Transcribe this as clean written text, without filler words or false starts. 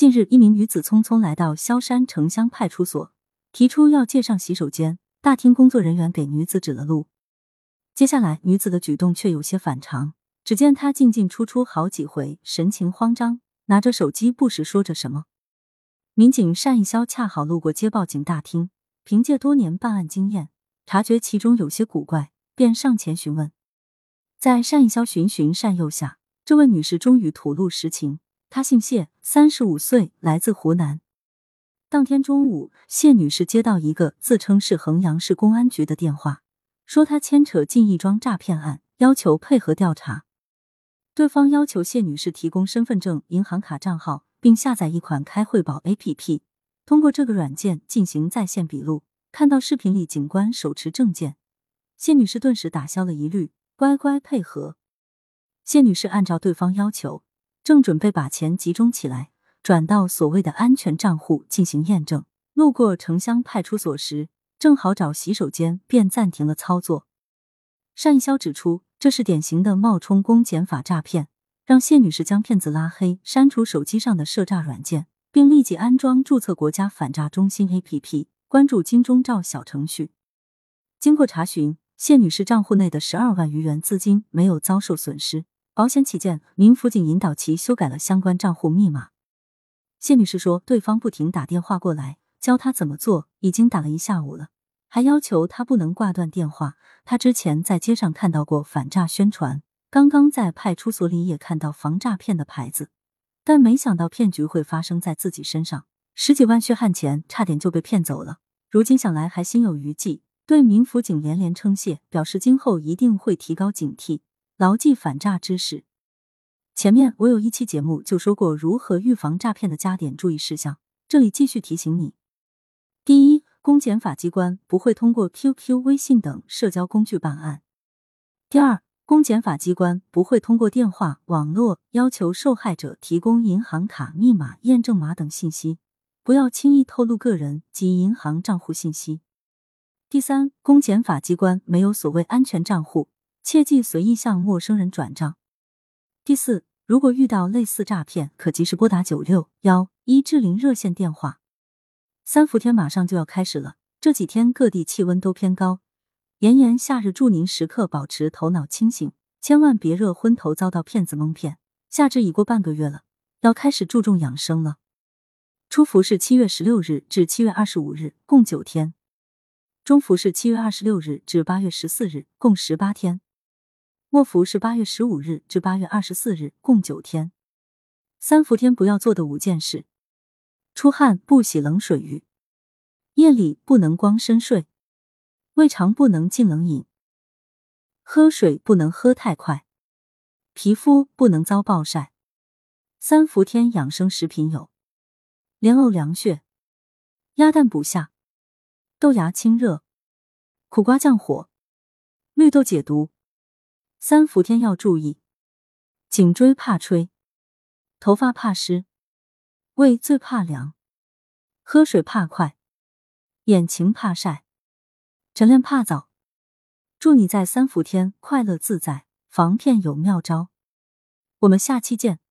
近日，一名女子匆匆来到萧山城乡派出所，提出要借上洗手间，大厅工作人员给女子指了路。接下来，女子的举动却有些反常，只见她进进出出好几回，神情慌张，拿着手机不时说着什么。民警单义潇恰好路过接报警大厅，凭借多年办案经验，察觉其中有些古怪，便上前询问。在单义潇循循善诱下，这位女士终于吐露实情。她姓谢，35岁，来自湖南。当天中午，谢女士接到一个自称是衡阳市公安局的电话，说她牵扯进一桩诈骗案，要求配合调查。对方要求谢女士提供身份证、银行卡账号，并下载一款开汇宝 APP， 通过这个软件进行在线笔录。看到视频里警官手持证件，谢女士顿时打消了疑虑，乖乖配合。谢女士按照对方要求，正准备把钱集中起来，转到所谓的安全账户进行验证，路过城乡派出所时，正好找洗手间，便暂停了操作。单义潇指出，这是典型的冒充公检法诈骗，让谢女士将骗子拉黑，删除手机上的涉诈软件，并立即安装注册国家反诈中心 APP， 关注金钟罩小程序。经过查询，谢女士账户内的12万余元资金没有遭受损失。保险起见，民辅警引导其修改了相关账户密码。谢女士说，对方不停打电话过来，教她怎么做，已经打了一下午了，还要求她不能挂断电话。她之前在街上看到过反诈宣传，刚刚在派出所里也看到防诈骗的牌子，但没想到骗局会发生在自己身上，10几万血汗钱差点就被骗走了。如今想来还心有余悸，对民辅警连连称谢，表示今后一定会提高警惕，牢记反诈知识。前面我有一期节目就说过如何预防诈骗的加点注意事项，这里继续提醒你。第一，公检法机关不会通过 QQ、微信等社交工具办案。第二，公检法机关不会通过电话、网络要求受害者提供银行卡密码、验证码等信息，不要轻易透露个人及银行账户信息。第三，公检法机关没有所谓安全账户，切忌随意向陌生人转账。第四，如果遇到类似诈骗，可及时拨打961110热线电话。3伏天马上就要开始了，这几天各地气温都偏高，炎炎夏日祝您时刻保持头脑清醒，千万别热昏头遭到骗子蒙骗。夏至已过半个月了，要开始注重养生了。初伏是7月16日至7月25日，共9天。中伏是7月26日至8月14日，共18天。末伏是8月15日至8月24日，共9天。3伏天不要做的5件事：出汗不洗冷水浴，夜里不能光身睡，胃肠不能进冷饮，喝水不能喝太快，皮肤不能遭暴晒。3伏天养生食品有：莲藕凉血、鸭蛋补下、豆芽清热、苦瓜降火、绿豆解毒。3伏天要注意：颈椎怕吹，头发怕湿，胃最怕凉，喝水怕快，眼睛怕晒，晨练怕早。祝你在3伏天快乐自在，防骗有妙招。我们下期见。